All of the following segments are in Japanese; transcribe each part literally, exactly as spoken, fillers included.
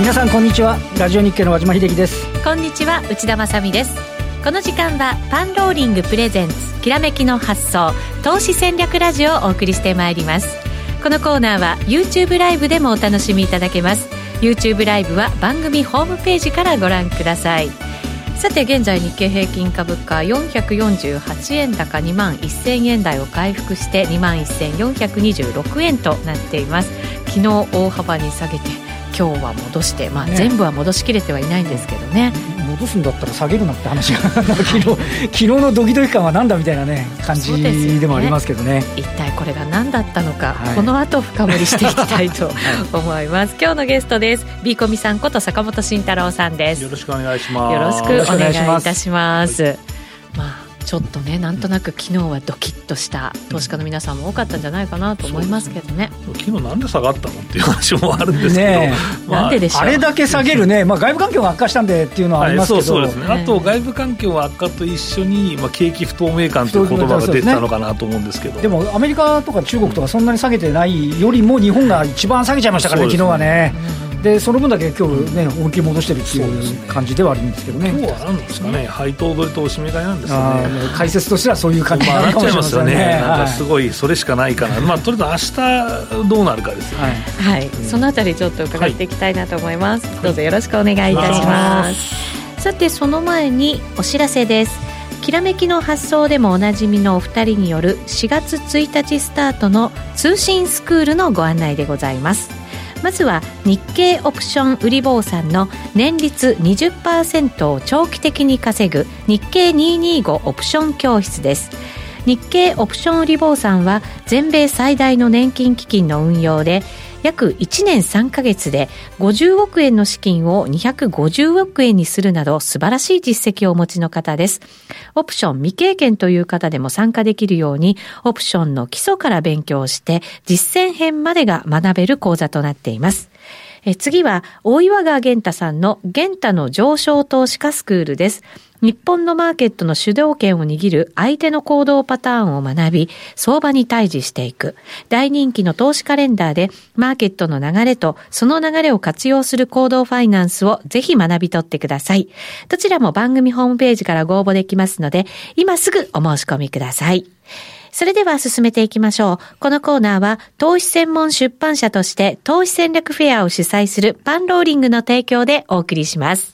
皆さんこんにちは。ラジオ日経の和島秀樹です。 こんにちは、内田まさみです。この時間はパンローリングプレゼンツきらめきの発想投資戦略ラジオをお送りしてまいります。このコーナーは YouTube ライブでもお楽しみいただけます。 YouTube ライブは番組ホームページからご覧ください。さて現在日経平均株価よんひゃくよんじゅうはちえん高 にまんせんえん台を回復して にまんせんよんひゃくにじゅうろくえんとなっています。昨日大幅に下げて今日は戻して、まあ、全部は戻しきれてはいないんですけどね。 戻すんだったら下げるなって話が昨日昨日のドキドキ感はなんだみたいな、ね、感じでもありますけど ね, ね一体これが何だったのか、 はい、 この後深掘りしていきたいと思います。今日のゲストです。 B コミさんこと坂本慎太郎さんです。 よろしくお願いします。 よろしくお願いいたします。 はい、 まあちょっとね、なんとなく昨日はドキッとした投資家の皆さんも多かったんじゃないかなと思いますけどね。 昨日なんで下がったのっていう話もあるんですけど、 ねまあ、 なんででしょう。 あれだけ下げるね、まあ、外部環境が悪化したんでっていうのはありますけど、 はい、そうそうですね。あと外部環境悪化と一緒に、まあ、景気不透明感という言葉が出てたのかなと思うんですけど、 でもアメリカとか中国とかそんなに下げてないよりも日本が一番下げちゃいましたからね、昨日はね。でその分だけ今日ね思いっきり戻してるっていう感じではあるんですけどね。 今日は何ですかね、配当取りとおしめ買いなんですよね。 解説としてはそういう感じになるかもしれませんね。 ね、なんかすごいそれしかないかな、まあ、とりあえず明日どうなるかですよね。 はい、はい、そのあたりちょっと伺っていきたいなと思います。はい、どうぞよろしくお願いいたします。さてその前にお知らせです。きらめきの発想でもおなじみのお二人によるしがつついたちスタートの通信スクールのご案内でございます。まずは日経オプション売り坊さんの年率 にじゅっパーセント を長期的に稼ぐ日経にひゃくにじゅうごオプション教室です。日経オプション売り坊さんは全米最大の年金基金の運用で約いちねんさんかげつでごじゅうおくえんの資金をにひゃくごじゅうおくえんにするなど素晴らしい実績をお持ちの方です。オプション未経験という方でも参加できるようにオプションの基礎から勉強して実践編までが学べる講座となっています。え次は大岩川源太さんの源太の上昇投資家スクールです。日本のマーケットの主導権を握る相手の行動パターンを学び、相場に対峙していく。大人気の投資カレンダーで、マーケットの流れとその流れを活用する行動ファイナンスをぜひ学び取ってください。どちらも番組ホームページからご応募できますので、今すぐお申し込みください。それでは進めていきましょう。このコーナーは投資専門出版社として投資戦略フェアを主催するパンローリングの提供でお送りします。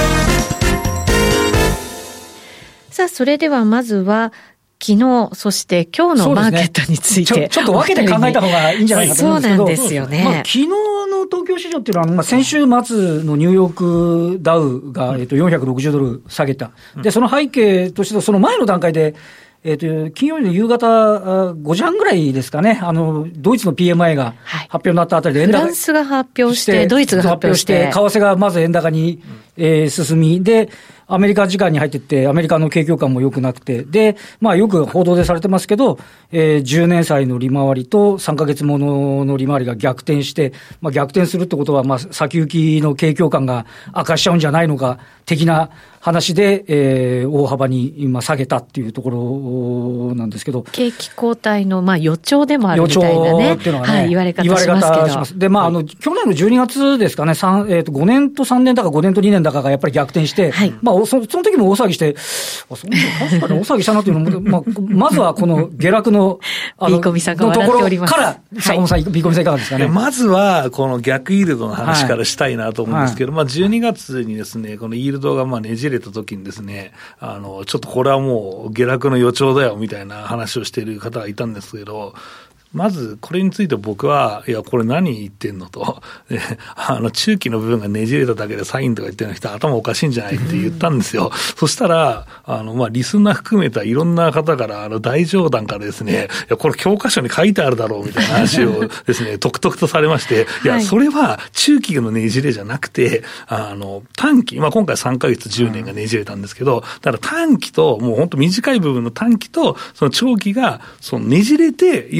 さあそれではまずは昨日そして今日のマーケットについて、 ね、ちょ, ちょっと分けて考えた方がいいんじゃないかと思うんですけど、 そうなんですよね。 まあ、昨日の東京市場っていうのは、まあ、先週末のニューヨークダウが、えっと、よんひゃくろくじゅうドル下げた。でその背景としてはその前の段階でえっと、金曜日の夕方ごじはんぐらいですかね、あの、ドイツの ピーエムアイ が発表になったあたりで円高、 フランスが発表して、ドイツが発表して、 為替がまず円高に、えー、進み、で、アメリカ時間に入っていって、アメリカの景況感も良くなくて、で、まあよく報道でされてますけど、えー、じゅうねん債の利回りとさんかげつものの利回りが逆転して、まあ逆転するってことは、まあ先行きの景況感が悪化しちゃうんじゃないのか、的な話で、えー、大幅に今下げたっていうところなんですけど。 景気後退の、まあ予兆でもあるみたいなね。予兆っていうのはね、はい、言われ方しますけど。言われ方します。 で、まああの、去年のじゅうにがつですかね、さんえー、とごねんとさんねんだかごねんとにねんだかがやっぱり逆転して、はい、まあそ, その時も大騒ぎして、あそ確かに大騒ぎしたなというのも、まあ、まずはこの下落の、あの、 ビーコミさんが笑っております。 から、坂本さん、ビーコミさんいかがですかね。 まずは、この逆イールドの話からしたいなと思うんですけど、はいはい、まあじゅうにがつにですね、このイールドがまあねじれた時にですね、あの、ちょっとこれはもう下落の予兆だよみたいな話をしている方がいたんですけど、まずこれについて僕は、いやこれ何言ってんのと、あの中期の部分がねじれただけでサインとか言ってる人頭おかしいんじゃないって言ったんですよ。そしたらあのまあリスナー含めたいろんな方からあの大冗談からですね、いやこれ教科書に書いてあるだろうみたいな話をですねとくとくとされまして、いやそれは中期のねじれじゃなくて、あの短期、まあ今回さんかげつじゅうねんがねじれたんですけど、だから短期ともう本当短い部分の短期とその長期がそのねじれてようやく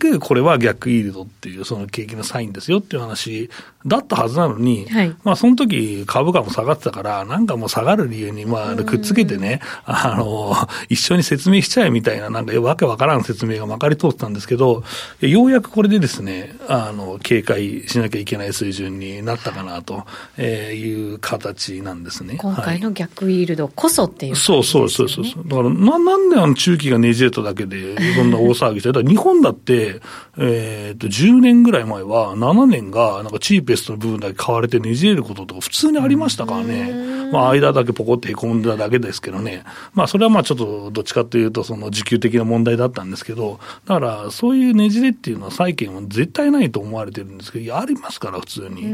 くこれは逆イールドっていうその景気のサインですよっていう話だったはずなのに、はい、まあその時株価も下がってたからなんかもう下がる理由にまあくっつけてね、あの一緒に説明しちゃえみたいななんかわけわからん説明がまかり通ってたんですけど、ようやくこれでですねあの警戒しなきゃいけない水準になったかなという形なんですね。 今回の逆イールドこそっていう、ね、 そうそうそうそう。だからな、なんであの中期がねじれただけでそんな大騒ぎして、だから日本だって、えーと、じゅうねんぐらい前はななねんがなんかチーペストの部分だけ買われてねじれることとか普通にありましたからね。まあ間だけポコってへこんだだけですけどね。まあそれはまあちょっとどっちかというとその需給的な問題だったんですけど、だからそういうねじれっていうのは債券は絶対ないと思われてるんですけど、いやありますから普通に。うん。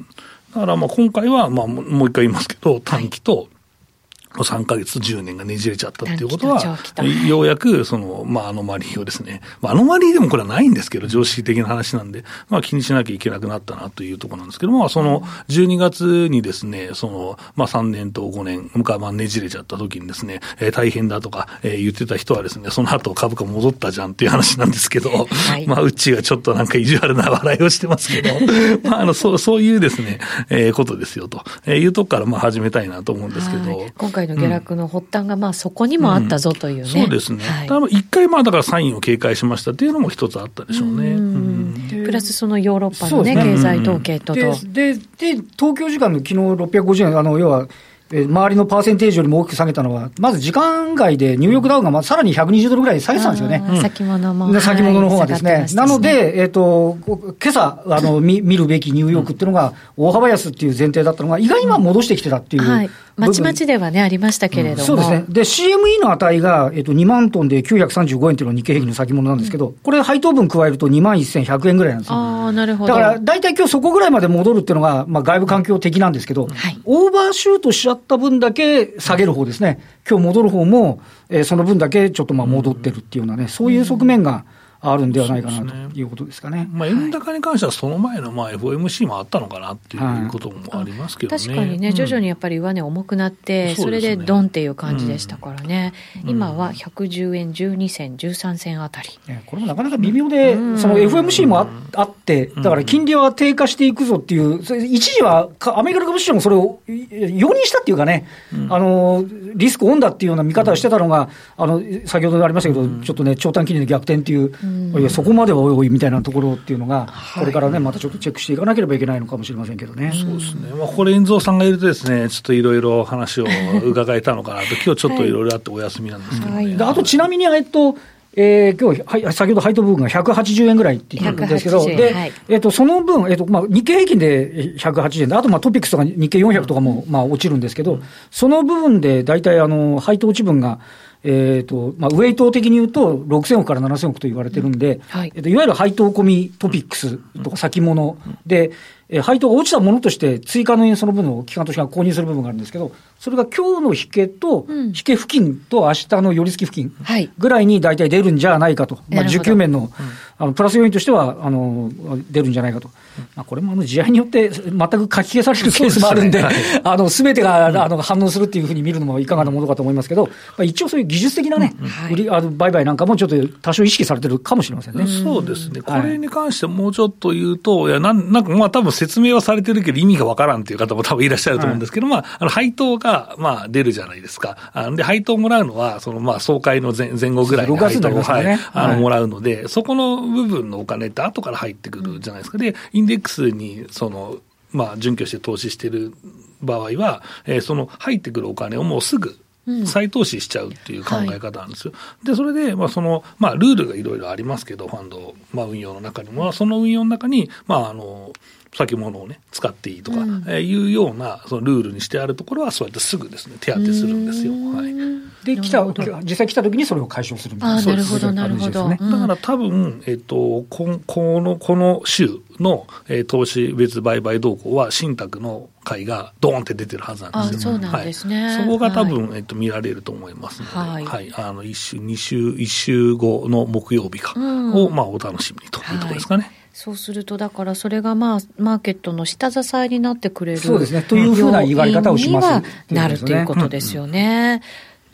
だからまあ今回はまあもう一回言いますけど、短期とさんかげつとじゅうねんがねじれちゃったっていうことは、ようやくその、まあ、アノマリーをですね、まあ、アノマリーでもこれはないんですけど、常識的な話なんで、まあ、気にしなきゃいけなくなったなというところなんですけども、まあ、そのじゅうにがつにですね、その、まあ、さんねんとごねんがまあねじれちゃった時にですね、えー、大変だとか、えー、言ってた人はですね、その後株価戻ったじゃんっていう話なんですけど、はい、まあ、うちがちょっとなんか意地悪な笑いをしてますけど、まあ、あの、そう、そういうですね、えー、ことですよというとこからまあ始めたいなと思うんですけど、 今回の下落の発端がまあそこにもあったぞというね、うん、 そうですね、はい、多分一回まあだからサインを警戒しましたっていうのも一つあったでしょうね。うんうん、プラスそのヨーロッパの、ね、経済統計とと、 ででで東京時間の昨日ろっぴゃくごじゅうえん、あの要は周りのパーセンテージよりも大きく下げたのは、まず時間外でニューヨークダウがまあさらにひゃくにじゅうドルぐらい下げてたんですよね。 うん、先物も。 先物の方がですね。はい、なので、えっと、今朝、あの、見、見るべきニューヨークっていうのが、大幅安っていう前提だったのが、意外には戻してきてたっていう。はい。 まちまちではね、ありましたけれども。うん、 そうですね。で、シーエムイー の値が、えっと、にまんトンできゅうひゃくさんじゅうごえんっていうのが日経平均の先物なんですけど、うん、これ配当分加えるとにまんせんひゃくえんぐらいなんですよ。 ああ、なるほど。 だから、大体今日そこぐらいまで戻るっていうのが、まあ、外部環境的なんですけど、はい、オーバーシュートしちゃった分だけ下げる方ですね。今日戻る方も、えー、その分だけちょっとまあ戻ってるっていうようなね、そういう側面が、あるんではないかなということですかね。 まあ、円高に関してはその前のまあ エフオーエムシー もあったのかなっていうこともありますけどね。 確かにね、徐々にやっぱり上値重くなって、うん、それでドンっていう感じでしたからね。うん、今はひゃくじゅうえんじゅうにせんじゅうさんせんあたり。 これもなかなか微妙で、うん、その エフオーエムシー も あ, あって、だから金利は低下していくぞっていう、一時はアメリカの株市場もそれを容認したっていうかね、うん、あのリスクオンだっていうような見方をしてたのが、あの先ほどありましたけど、うん、ちょっとね、長短金利の逆転っていう、うん、いやそこまでおいおいみたいなところっていうのが、これからね、またちょっとチェックしていかなければいけないのかもしれませんけどね。 そうですね。まあ、これ、遠蔵さんがいるとですね、ちょっといろいろ話を伺えたのかなと、今日ちょっといろいろあってお休みなんですけどね。はい、 であと、ちなみに、えっと、えー、今日、はい、先ほど配当部分がひゃくはちじゅうえんぐらいって言ったんですけど、で、はい、えっと、その分、えっと、まあ、日経平均でひゃくはちじゅうえんで、あと、まあ、トピックスとか日経よんひゃくとかも、まあ、落ちるんですけど、その部分で、大体、あの、配当落ち分が、えーとまあ、ウェイト的に言うとろくせんおくからななせんおくと言われてるんで、うんはいえー、といわゆる配当込みトピックスとか先物で、えー、配当が落ちたものとして追加のその分を機関投資家が購入する部分があるんですけど、それが今日の引けと、うん、引け付近と明日の寄り付き付近ぐらいに大体出るんじゃないかと、まあ、需給面の、うん、あのプラス要因としてはあの出るんじゃないかと、まあ、これもあの地合いによって全く書き消されるケースもあるんで、すべてがあの反応するっていうふうに見るのもいかがなものかと思いますけど、まあ、一応そういう技術的なね、うんはい、売りあの売買なんかもちょっと多少意識されてるかもしれませんね。 そうですね。これに関してもうちょっと言うと、はい、いやなんなんかまあ多分説明はされてるけど意味がわからんっていう方も多分いらっしゃると思うんですけど、はい、まああの配当がまあ出るじゃないですか。あで配当をもらうのはそのまあ総会の 前, 前後ぐらいに配当を、ねはい、あのもらうので、はい、そこの部分のお金って後から入ってくるじゃないですか。でインデックスにそのまあ準拠して投資している場合は、えー、その入ってくるお金をもうすぐ再投資しちゃうっていう考え方なんですよ。うんはい、でそれでまあそのまあルールがいろいろありますけど、ファンドまあ運用の中にもその運用の中にまああの先物をね使っていいとか、うんえー、いうようなそのルールにしてあるところはそうやってすぐですね手当てするんですよ。はい。 で来た実際来た時にそれを解消するみたいな。 あなるほどなるほど。 ね、 だから多分えっとここのこの週の、えー、投資別売買動向は信託の会がドーンって出てるはずなんですよ。 あそうなんですね。 はい、そこが多分、はいえっと見られると思いますので、はい、はい、あの一週二週一週後の木曜日かを、うん、まあお楽しみにというところですかね。はいそうするとだからそれがまあマーケットの下支えになってくれるそうですねというふうな言われ方をしますにはなるということですよね。うんうん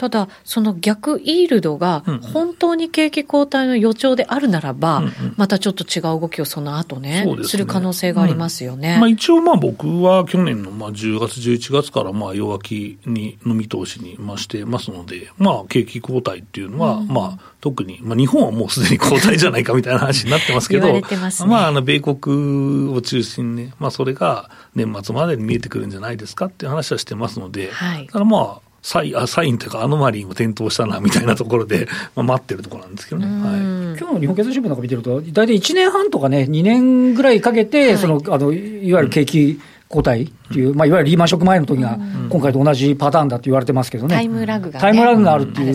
ただその逆イールドが本当に景気後退の予兆であるならば、うんうん、またちょっと違う動きをその後 ね, ねする可能性がありますよね、 うんまあ、一応まあ僕は去年のまあじゅうがつじゅういちがつからまあ弱気にの見通しにまあしてますので、まあ、景気後退っていうのは、うんまあ、特に、まあ、日本はもうすでに後退じゃないかみたいな話になってますけど言われてますね、 まあ、あの米国を中心に、ねまあ、それが年末までに見えてくるんじゃないですかっていう話はしてますので、はい、だからまあサイ, あサインというかアノマリーも点灯したなみたいなところで、まあ、待ってるところなんですけどね、はい、 今日の日本経済新聞なんか見てると大体いちねんはんとかねにねんぐらいかけて、はい、そのあのいわゆる景気後退っていう、うんまあ、いわゆるリーマンショック前の時が今回と同じパターンだと言われてますけどね、 タイムラグが、ね、 タイムラグがあるっていう、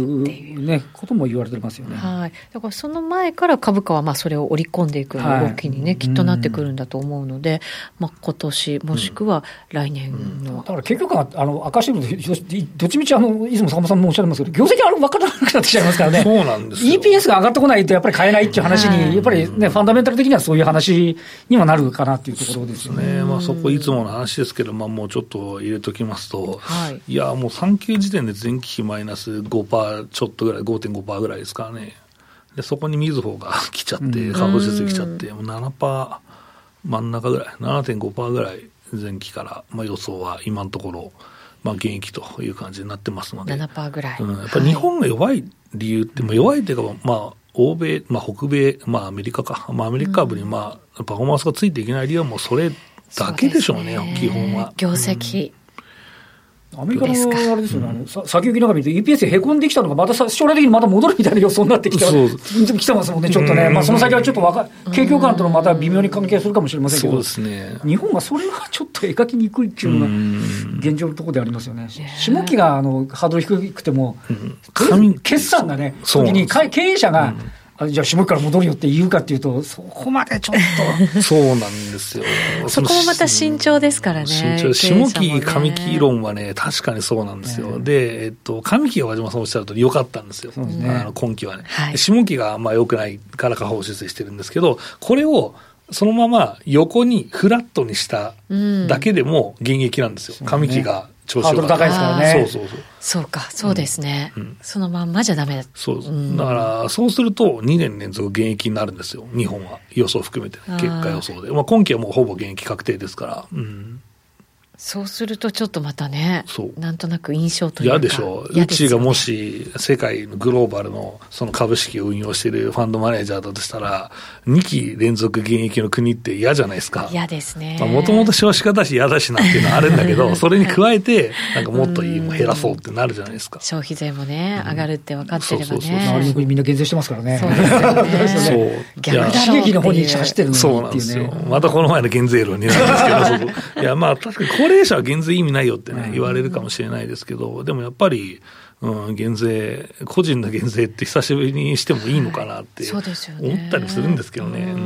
ね、ことも言われてますよね、 はい、だからその前から株価はまあそれを織り込んでいく動きに、ねはい、きっとなってくるんだと思うので、まあ、今年もしくは来年の、うん、 だから結局はあの赤字でどっちみちあのいつも坂本さんもおっしゃってますけど業績あれ分からなくなってきちゃいますからねそうなんですよイーピーエス が上がってこないとやっぱり買えないっていう話に、はい、やっぱりねファンダメンタル的にはそういう話にもなるかなっていうところですよね、 まあ、そこいつもの話ですけど、まあ、もうちょっと入れときますと、はい、いやもうさん級時点で前期比マイナス ごパーセント ちょっとぐらい ごてんごパーセント ぐらいですからね。でそこにみずほが来ちゃって株主設来ちゃってもう ななパーセント 真ん中ぐらい ななてんごパーセント ぐらい前期から、まあ、予想は今のところ、まあ、減益という感じになってますのでななパーセント ぐらい、 うん、やっぱり日本が弱い理由って、はい、弱いというか、まあ、欧米、まあ、北米、まあ、アメリカか、まあ、アメリカ株に、まあ、パフォーマンスがついていけない理由はもうそれだけでしょう ね, うね基本は業績、 うん、アメリカのあれですよね、うん、あの先行きなんか見ると イーピーエス へこんできたのがまた将来的にまた戻るみたいな予想になってきてきてますもんねちょっとね、まあ、その先はちょっとわか景況感とのまた微妙に関係するかもしれませんけど、 そうですね、 日本はそれはちょっと描きにくいっていうのが現状のところでありますよね。下期があのハードル低くても、うん、決算がね時に経営者が、うんあじゃあ下期から戻るよって言うかっていうとそこまでちょっとそうなんですよそこもまた慎重ですからね。 慎重下期上期論はね確かにそうなんですよ、ね、で、えっと、上期が和島さんおっしゃると良かったんですよ、そうですね、あの今期はね、はい、下期があんま良くないから下方修正してるんですけどこれをそのまま横にフラットにしただけでも現役なんですよ、うん、上期が調子ハードル高いですからね。 そうそうそう。 そうか、そうですね。うん、そのまんまじゃダメだ。 そうです。うん、だからそうするとにねん連続減益になるんですよ。日本は予想含めて、ね、結果予想で。まあ今期はもうほぼ減益確定ですから。うん。 そうするとちょっとまたね、なんとなく印象というか嫌でしょう。うちがもし世界のグローバルのその株式を運用しているファンドマネージャーだとしたらにき連続減益の国って嫌じゃないですか。 嫌ですね。 もともと少子化だし嫌だしなっていうのはあるんだけどそれに加えてなんかもっといいも減らそうってなるじゃないですか。 消費税もね、うん、上がるって分かってればね。そうそうそう周りの国みんな減税してますからね。 そうですよね。 そう逆だろうっていう刺激の方に走ってるのにっていうね。 そうなんですよ。またこの前の減税論になるんですけどいやまあ確かに高齢者は減税意味ないよってね言われるかもしれないですけど、でもやっぱり、うん、減税個人の減税って久しぶりにしてもいいのかなって思ったりするんですけどね、はい、うん、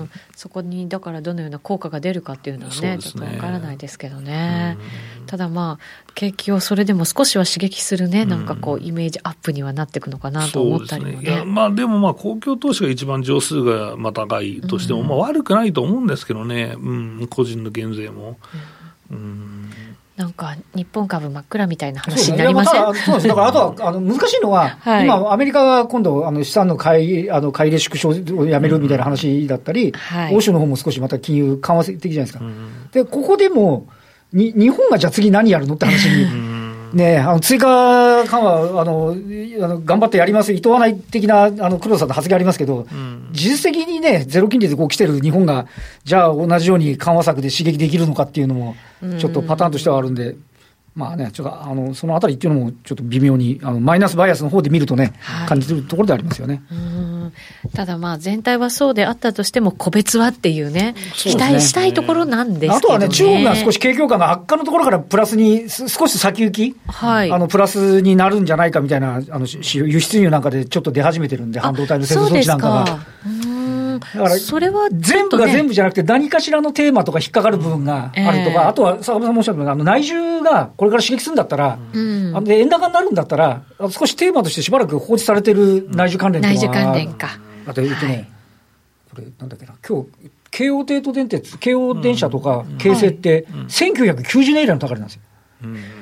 そこにだからどのような効果が出るかっていうのは ね, ねちょっとわからないですけどね、うん、ただまあ景気をそれでも少しは刺激するね、なんかこうイメージアップにはなっていくのかなと思ったりもね。 そうですね。いやまあでもまあ公共投資が一番上数がまあ高いとしても、うん、まあ悪くないと思うんですけどね、うん、個人の減税も、うん、うんなんか日本株真っ暗みたいな話になりません？ そうですね。そうです。だからあとはあの難しいのは、はい、今アメリカが今度あの資産の買いあの買い入れ縮小をやめるみたいな話だったり、うんはい、欧州の方も少しまた金融緩和的じゃないですか。うん、でここでもに日本がじゃあ次何やるのって話に。うんね、あの追加緩和あのあの頑張ってやりますいとわない的なあの黒田さんの発言ありますけど、うん、事実的にねゼロ金利でこう来てる日本がじゃあ同じように緩和策で刺激できるのかっていうのもちょっとパターンとしてはあるんで、まあね、ちょっとあのそのあたりっていうのもちょっと微妙にあのマイナスバイアスの方で見るとね、はい、感じるところでありますよね。 うん、ただまあ全体はそうであったとしても個別はっていうね、期待したいところなんですけどね。 あとはね、中国が少し景況感が悪化のところからプラスに少し先行き、はい、あのプラスになるんじゃないかみたいなあの輸出入なんかでちょっと出始めてるんで、半導体の製造装置なんかが。だからそれは、ね、全部が全部じゃなくて何かしらのテーマとか引っかかる部分があるとか、うんえー、あとは坂本さんもおっしゃったようにあの内需がこれから刺激するんだったら、うん、あの円高になるんだったら少しテーマとしてしばらく放置されてる内需関連とか、 内需関連かあと言うとね、はい、これなんだっけな今日京王帝都電鉄京王電車とか京成ってせんきゅうひゃくきゅうじゅうねん以来の高値なんですよ、うんうん、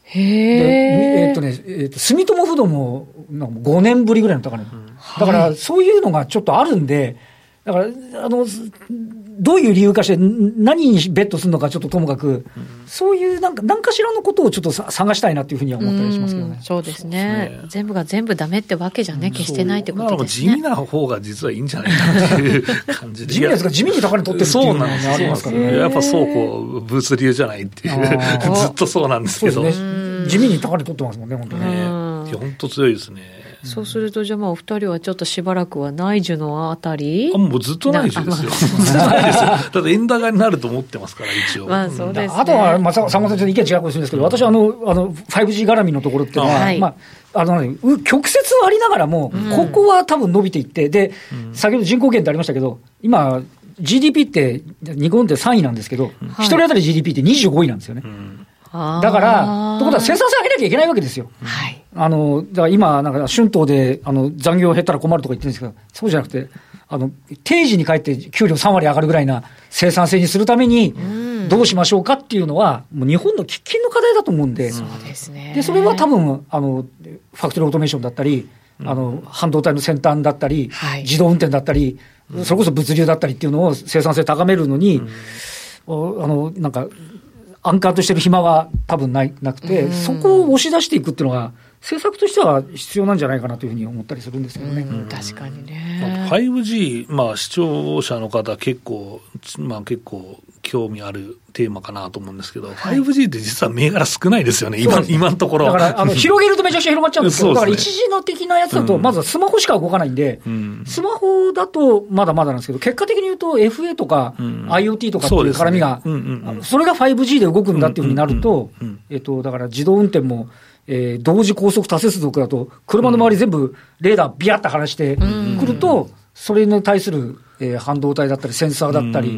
へえ。 えっとね、えっと、住友不動もごねんぶりぐらいの高値。だから、そういうのがちょっとあるんで、だから、あの、どういう理由かして、何にベットするのかちょっとともかく、うん、そういうなんか、何かしらのことをちょっと探したいなというふうには思ったりしますけどね。 うそうですね。そうですね。全部が全部ダメってわけじゃね、決してないってことですね。 地味な方が実はいいんじゃないかなっていう感じで。 地味なやつが地味に高値取ってるっていうのがありますからね。 やっぱそうこう、物流じゃないっていう、ずっとそうなんですけど。そうですね。地味に高値取ってますもんね、本当にね。いや、 本当強いですね。 そうすると、じゃあまあお二人はちょっとしばらくは内需のあたり、 あ、もうずっと内需ですよ。ずっと内需ですよ。だって円高になると思ってますから、一応。 まあそうですね。 あとは、まあ、さんまさんちょっと意見違うかもしれないですけど、私はあの、あの、ファイブジー 絡みのところっていうのは、はい、まあ、あの、ね、曲折はありながらも、うん、ここは多分伸びていって、で、うん、先ほど人口減ってありましたけど、今、ジーディーピー って日本でさんいなんですけど、一、はい、人当たり ジーディーピー ってにじゅうごいなんですよね。うん、だから、ということは生産性上げなきゃいけないわけですよ。はい。あの、だから今、なんか、春闘で、あの、残業減ったら困るとか言ってるんですけど、そうじゃなくて、あの、定時に帰って給料さん割上がるぐらいな生産性にするために、どうしましょうかっていうのは、もう日本の喫緊の課題だと思うんで、 そうですね。 で、それは多分、あの、ファクトリーオートメーションだったり、あの、半導体の先端だったり、はい、自動運転だったり、それこそ物流だったりっていうのを生産性高めるのに、あの、なんか、アンカーとしてる暇は多分ないなくて、そこを押し出していくっていうのが、政策としては必要なんじゃないかなというふうに思ったりするんですけどね。 うん、確かにね。 ファイブジー、まあ、視聴者の方結構、まあ、結構興味あるテーマかなと思うんですけど、はい、ファイブジー って実は銘柄少ないですよね、今、今のところ。 だからあの広げるとめちゃくちゃ広がっちゃうんですけど、だから一時の的なやつだと、まずはスマホしか動かないんで、うん、スマホだとまだまだなんですけど、結果的に言うと エフエー とか IoT とかっていう絡みが、それが ファイブジー で動くんだっていうふうになると、えっと、だから自動運転も、えー、同時高速多接続だと、車の周り全部レーダービヤッと離してくると、うん、それに対する、えー、半導体だったり、センサーだったり、うん、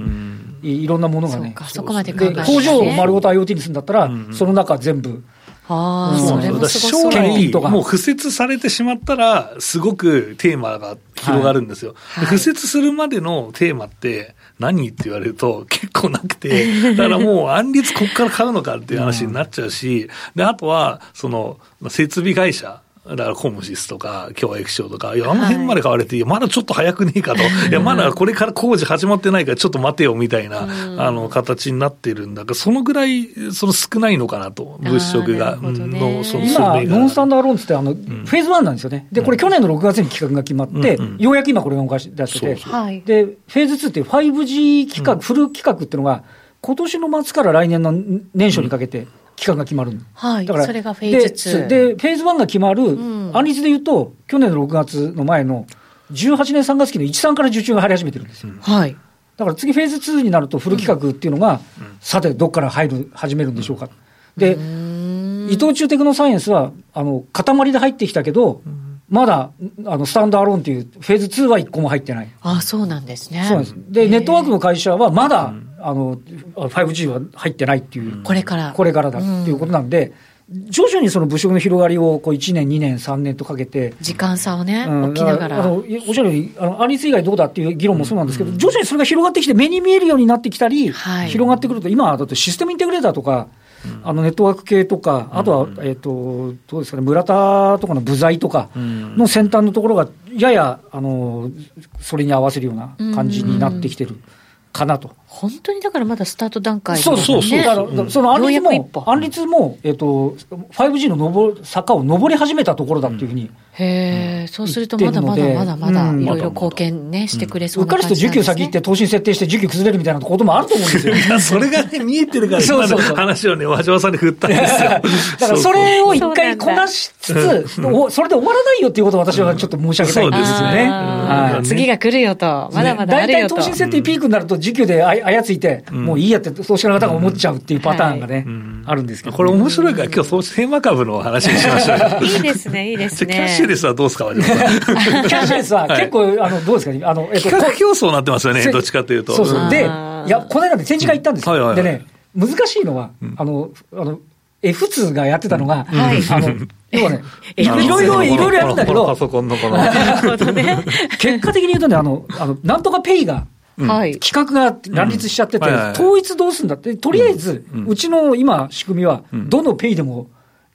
いろんなものがね、 そこまで考えて、ね、 工場を丸ごと IoT にするんだったら、うん、その中全部。 ああ、それもすごい。将来、もう敷設されてしまったら、すごくテーマが広がるんですよ。はい、敷設するまでのテーマって、何って言われると結構なくて、だからもう安立ここから買うのかっていう話になっちゃうし、で、あとは、その、設備会社、だからコムシスとか、共益商とか、いや、あの辺まで買われて、いや、まだちょっと早くねえかと、いや、まだこれから工事始まってないから、ちょっと待てよみたいな、あの、形になってるんだから、そのぐらい、その少ないのかなと、物色が、 の、その、今、ノンスタンダーローンって、あの、フェーズワンなんですよね。で、これ去年のろくがつに企画が決まって、ようやく今これが動かし出してて、で、フェーズツーって ファイブジー 企画、フル企画っていうのが、今年の末から来年の年初にかけて、期間が決まる、 はい、だからそれがフェーズツーで、でフェーズワンが決まる、うん、案率でいうと、去年のろくがつの前のじゅうはちねんさんがつ期のいちさんから受注が入り始めてるんですよ、うん、はい、だから次、フェーズツーになると、フル企画っていうのが、うん、さて、どっから入る始めるんでしょうか、うん、で、伊藤忠テクノサイエンスは、あの塊で入ってきたけど、うんまだあのスタンドアローンっていうフェーズツーはいっこも入ってない。 あ、そうなんですね。 そうなんです。で、ネットワークの会社はまだ、うん、あの ファイブジー は入ってないっていう。 これから。 これからだっていうことなんで、うん、徐々にその物色の広がりをこういちねん、にねん、さんねんとかけて。 時間差をね、うん、起きながら。 あのおっしゃるように、あのアンリツ以外どうだっていう議論もそうなんですけど、うん、徐々にそれが広がってきて目に見えるようになってきたり、はい、広がってくると、今はだってシステムインテグレーターとか、あのネットワーク系とか、あとは、えっと、どうですかね、村田とかの部材とかの先端のところが、やや、あの、それに合わせるような感じになってきてるかなと。 本当にだからまだスタート段階、ね、 そうそうそう。だから、そのアンリツも、アンリツも、えっと、ファイブジー の上坂を上り始めたところだっていうふうに。 へえ、そうするとまだまだまだまだいろいろ貢献ね、してくれそうな感じなんですね。 うっかりと需給先行って投資設定して需給崩れるみたいなこともあると思うんですよ。 いや、それがね、見えてるから、今の話をね、和島さんに振ったんですよ。 だからそれを一回こなしつつ、それで終わらないよっていうことを私はちょっと申し上げたいんですよね。 次が来るよと、まだまだあるよと。 大体投資設定ピークになると需給であやついて、もういいやって投資家の方が思っちゃうっていうパターンがね、あるんですけど。 これ面白いから今日投資テーマ株の話にしましょう。 いいですね、いいですね。 キャッシュレスはどうですか、和島さん。 キャッシュレスは結構、あの、どうですかね。あの、 えっと、価格競争になってますよね、どっちかというと。 そうそう。で、いや、この間で展示会行ったんですよ。でね、難しいのは、あの、あの、エフツー がやってたのが、あの、要はね、いろいろ、いろいろやるんだけど、 パソコンのこの。 なるほどね。 結果的に言うとね、あの、あの、なんとかペイが、はい、企画が乱立しちゃってて、統一どうするんだって、とりあえず、うちの今、仕組みは、どのペイでも、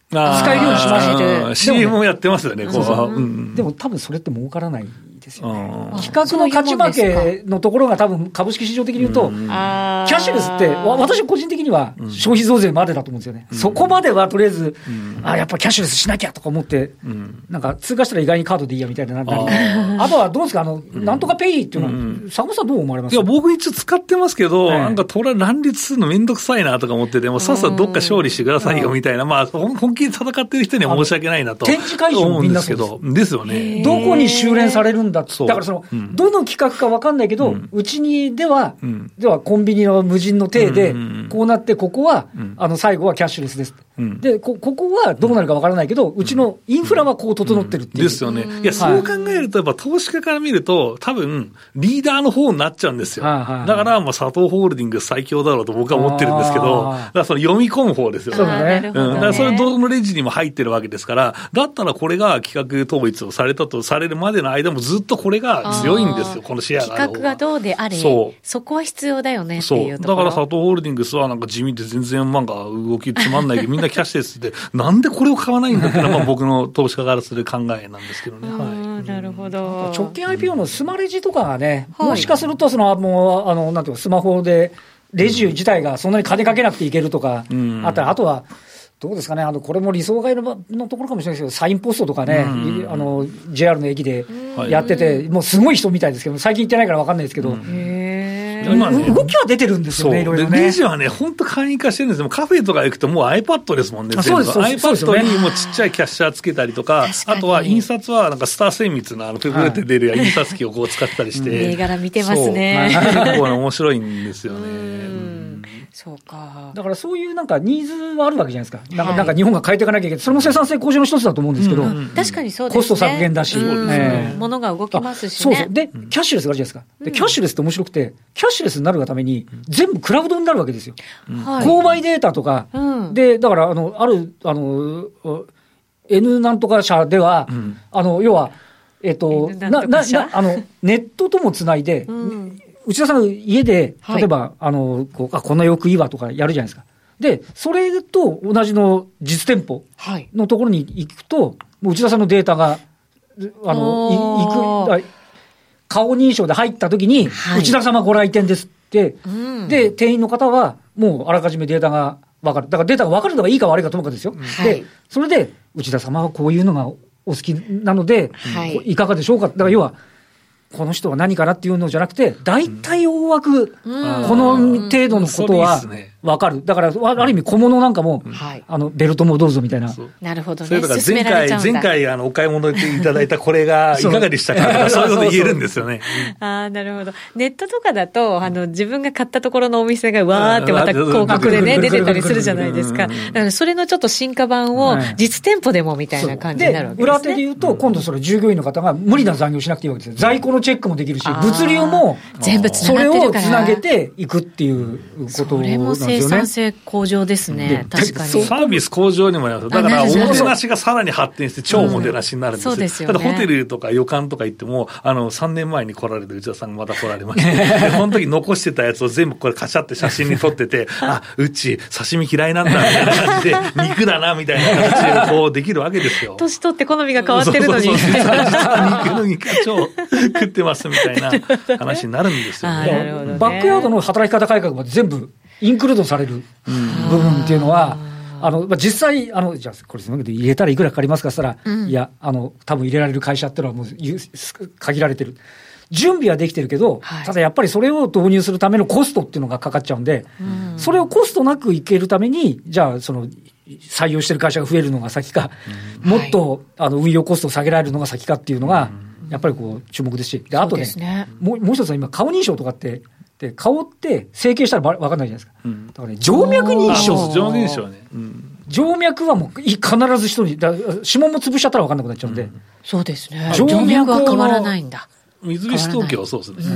使えるようにしました。 シーエム もやってますよね、こう。うん、 でも多分それって儲からないですよね。企画の勝ち負けのところが多分株式市場的に言うと、キャッシュレスって、私個人的には消費増税までだと思うんですよね。そこまではとりあえず、あ、やっぱキャッシュレスしなきゃとか思って、なんか通過したら意外にカードでいいやみたいになったり。あとはどうですか、あの、なんとかペイっていうのは、坂本さんどう思われますか？ いや、僕一応使ってますけど、なんかトラ乱立するのめんどくさいなとか思ってて、もうさっさとどっか勝利してくださいよみたいな、まあ、本気で戦ってる人には申し訳ないなと。 展示会場もみんなそうです思うんですけど、ですよね。 どこに修練されるんだって。だからその、どの企画か分かんないけど、うちにでは、ではコンビニの無人の体で、こうなって、ここは、あの、最後はキャッシュレスです。で、こ、ここはどうなるか分からないけど、うちのインフラはこう整ってるっていう。 ですよね。いや、そう考えると、やっぱ投資家から見ると、多分、リーダーの方になっちゃうんですよ。だから、もう佐藤ホールディングス最強だろうと僕は思ってるんですけど、だからその読み込む方ですよね。 そうだね。 うん。だからそれどのレジにも入ってるわけですから、だったらこれが企画統一をされたとされるまでの間もずっとこれが強いんですよ、このシェアが。 企画がどうであれ、そう。そこは必要だよねっていうところ。 そう。だから佐藤ホールディングスはなんか地味で全然なんか動きつまんないけど、みんなキャッシュレスで、なんでこれを買わないんだっていうのは僕の投資家からする考えなんですけどね。はい。 なるほど。 直近 アイピーオー のスマレジとかがね、はい、もしかするとその、もう、あの、なんていうか、スマホで、レジ自体がそんなに金かけなくていけるとか、うん、あとあとは、どうですかね、あの、これも理想外ののところかもしれないですけど、サインポストとかね、うん、あの、ジェイアール の駅でやってて、うん、もうすごい人みたいですけど、最近行ってないから分かんないですけど、うん、へ今ね、動きは出てるんですよね、いろいろね。 レジはね、本当簡易化してるんですよ。カフェとか行くともう iPad ですもんね。 そうです、そうです。 iPad にもうちっちゃいキャッシャーつけたりとか、あとは印刷はなんかスター精密なあの、ペブレって出る印刷機をこう使ったりして。 銘柄見てますね。 結構面白いんですよね。 そうか。 だからそういうなんかニーズはあるわけじゃないですか。なんか、はい、なんか日本が変えていかなきゃいけない。それも生産性向上の一つだと思うんですけど。うん、 確かにそうですね。 コスト削減だし。 うんえー、物が動きますしね。 そうそう。で、キャッシュレスがあるじゃないですか。で、キャッシュレスって面白くて、キャッシュレスになるがために、全部クラウドになるわけですよ。うん、購買データとか、うん、で、だから、あの、ある、あの、N なんとか社では、うん、あの、要は、えっと、な、な、な、あの、ネットともつないで、うん内田さんの家で、例えば、はい、あの、こう、あ、こんな洋服いいわとかやるじゃないですか。で、それと同じの実店舗のところに行くと、はい、もう内田さんのデータが、あの、い、行く、顔認証で入った時に、はい、内田様ご来店ですって、うん、で、店員の方は、もうあらかじめデータが分かる。だからデータが分かるのがいいか悪いかともかくですよ。はい、で、それで、内田様はこういうのがお好きなので、はい、いかがでしょうか。だから要は、この人は何かなっていうのじゃなくて、大体大枠、うん、この程度のことは分かる。だから、ある意味小物なんかも、うん、あの、ベルトもどうぞみたいな。 なるほどね。 それとか前回、前回、あの、お買い物でいただいたこれがいかがでしたかとか、そういうこと言えるんですよね。 ああ、なるほど。ネットとかだと、あの、自分が買ったところのお店がわーってまた広告でね、出てたりするじゃないですか。だからそれのちょっと進化版を実店舗でもみたいな感じになるわけですね。 裏手で言うと、今度それ従業員の方が無理な残業しなくていいわけですよ。在庫のチェックもできるし、物流も全部つながってるからそれをつなげていくっていうことなんですよね。それも生産性向上ですね。確かに。 サービス向上にもなる。だからおもてなしがさらに発展して超おもてなしになるんですよ。うん、そうですよね。ただホテルとか旅館とか行っても、あのさんねんまえに来られて内田さんがまた来られまして、その時残してたやつを全部これカシャって写真に撮ってて、あ、うち刺身嫌いなんだみたいな感じで肉だなみたいな形でこうできるわけですよ。 年取って好みが変わってるのに。そうそうそう実は肉の肉が超食ってますみたいな話になるんですよね。 ねバックヤードの働き方改革まで全部インクルードされる部分っていうのは、あの、まあ、実際、あの、じゃあ、これすみませんけど、入れたらいくらかかりますかって言ったら、うん、いや、あの、多分入れられる会社っていうのはもう限られてる。準備はできてるけど、はい、ただやっぱりそれを導入するためのコストっていうのがかかっちゃうんで、うん、それをコストなくいけるために、じゃあ、その、採用してる会社が増えるのが先か、うん、もっと、はい、あの、運用コストを下げられるのが先かっていうのが、うん、やっぱりこう、注目ですし、で、あとね、ねもう、もう一つは今、顔認証とかって、で、顔って整形したら分かんないじゃないですか。うん、だからね、静脈認証。 静脈認証ね。うん、 静脈はもう必ず人に、だ指紋も潰しちゃったら分かんなくなっちゃうんで。うん、 そうですね。静脈は変わらないんだ。 水菱東京はそうですね。うん。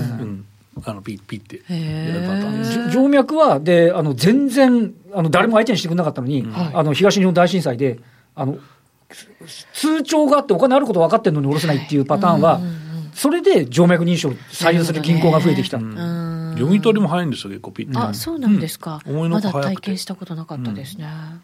あの、ピッピッってやるパターン。 静脈は、で、あの、全然、あの、誰も相手にしてくれなかったのに、うん、あの、東日本大震災で、あの、通帳があってお金あること分かってるのに下ろせないっていうパターンは、はい、それで静脈認証を採用する銀行が増えてきた。 読み取りも早いんですよ、結構ピッて。 あ、そうなんですか。うん、まだ体験したことなかったですね。うん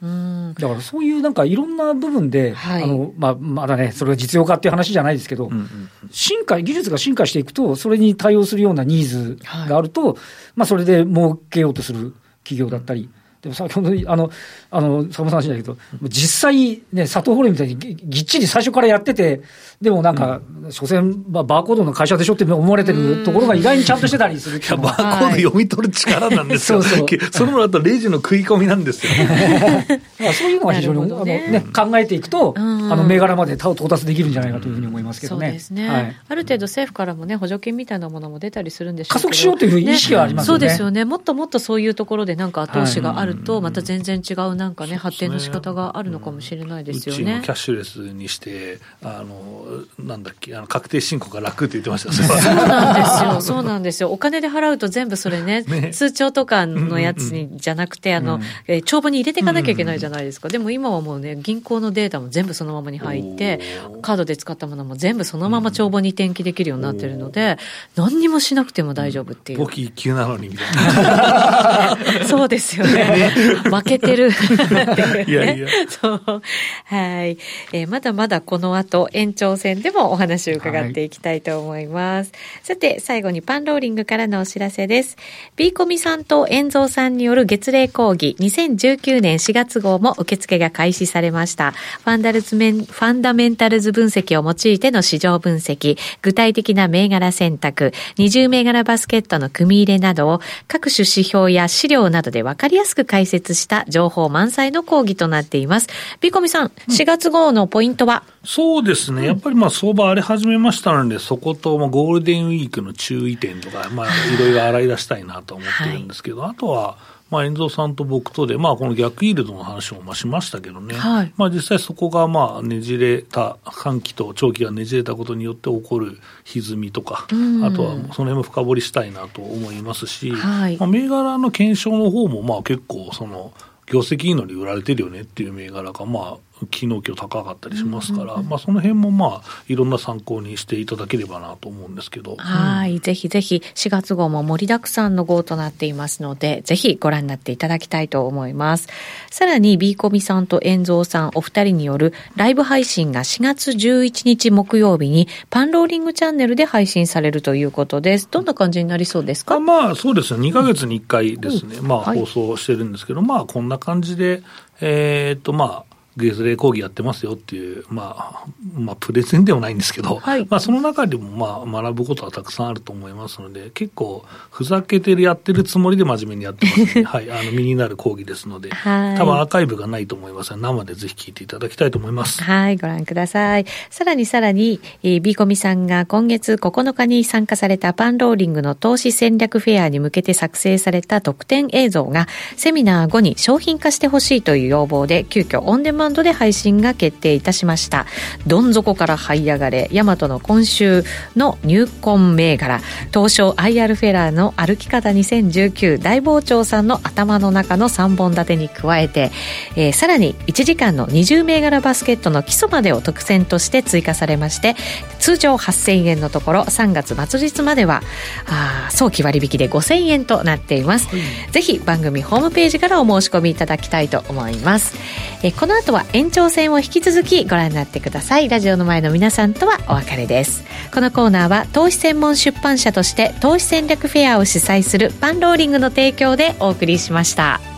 だからそういうなんかいろんな部分で、はい、あのまあ、まだねそれが実用化っていう話じゃないですけど、うんうんうん、進化技術が進化していくとそれに対応するようなニーズがあると、はい、まあ、それで儲けようとする企業だったり、でも先ほどあのあの坂本さんの話だけど、実際ね佐藤ホーレみたいに ぎ, ぎっちり最初からやってて、でもなんか、うん、所詮、まあ、バーコードの会社でしょって思われてるところが意外にちゃんとしてたりするっていうのは、 いやバーコード読み取る力なんですよ。そうそうそのものだとレジの食い込みなんですよ。 まあそういうのが非常に、ね、あのね、考えていくと、うん、あの銘柄まで到達できるんじゃないかというふうに思いますけどね。 そうですね、はい、ある程度政府からもね補助金みたいなものも出たりするんでしょうけど、 加速しようという意識はありますよね。 そうですよね。もっともっとそういうところでなんか後押しがあると、はい、また全然違うなんかね発展の仕方があるのかもしれないですよね。 うちもキャッシュレスにしてあのなんだっけあの確定申告が楽って言ってました。そうなんですよそうなんですよ。お金で払うと全部それ ね, ね通帳とかのやつに、うんうん、じゃなくてあの、うんえー、帳簿に入れていかなきゃいけないじゃないですか、うんうん、でも今はもうね銀行のデータも全部そのままに入ってカードで使ったものも全部そのまま帳簿に転記できるようになってるので、うん、何にもしなくても大丈夫っていう、 簿記一級なのにみたいなそうですよね負けてるいやいやそうはい、えー、まだまだこの後延長戦でもお話を伺っていきたいと思います、はい、さて最後にパンローリングからのお知らせです。 B コミさんと遠蔵さんによる月例講義にせんじゅうきゅうねんしがつ号も受付が開始されました。ファンダルズメンファンダメンタルズ分析を用いての市場分析、具体的な銘柄選択、にじゅう銘柄バスケットの組み入れなどを各種指標や資料などで分かりやすく解説した情報満載の講義となっています。ビコミさん、しがつ号のポイントは、 うん、そうですね、やっぱりまあ相場荒れ始めましたので、そことまあゴールデンウィークの注意点とか、まあ、いろいろ洗い出したいなと思ってるんですけど、はい、あとはまあ、遠蔵さんと僕とで、まあ、この逆イールドの話もまあしましたけどね、はい、まあ、実際そこがまあねじれた、短期と長期がねじれたことによって起こる歪みとか、うん、あとはその辺も深掘りしたいなと思いますし、はい、まあ、銘柄の検証の方もまあ結構その業績いいのに売られてるよねっていう銘柄がまあ昨日今日高かったりしますから、うんうんうん、まあ、その辺もまあいろんな参考にしていただければなと思うんですけど、 はい、うん、ぜひぜひしがつ号も盛りだくさんの号となっていますので、ぜひご覧になっていただきたいと思います。さらに B コミさんと遠蔵さんお二人によるライブ配信がしがつじゅういちにち木曜日にパンローリングチャンネルで配信されるということです。どんな感じになりそうですか？ あ、まあそうですね、にかげつにいっかいですね、うん、まあ、放送してるんですけど、はい、まあこんな感じでえー、っとまあ月例講義やってますよっていう、まあ、まあ、プレゼンではないんですけど、はい、まあ、その中でもまあ学ぶことはたくさんあると思いますので、結構ふざけてるやってるつもりで真面目にやってますね。はい、あの身になる講義ですので、はい、多分アーカイブがないと思いますが、生でぜひ聞いていただきたいと思います。 はい、ご覧ください。さらにさらに、えー、B コミさんが今月ここのかに参加されたパンローリングの投資戦略フェアに向けて作成された特典映像がセミナー後に商品化してほしいという要望で急遽オンデマンドで配信が決定いたしました。どん底から這い上がれ、ヤマトの今週の入魂銘柄、東証 アイアール フェラーの歩き方にせんじゅうきゅう、大傍聴さんの頭の中のさんぼん立てに加えて、えー、さらにいちじかんのにじゅう銘柄バスケットの基礎までを特典として追加されまして、通常はっせんえんのところさんがつ末日まではあ早期割引でごせんえんとなっています、うん、ぜひ番組ホームページからお申し込みいただきたいと思います。えー、この後は延長戦を引き続きご覧になってください。ラジオの前の皆さんとはお別れです。このコーナーは投資専門出版社として投資戦略フェアを主催するパンローリングの提供でお送りしました。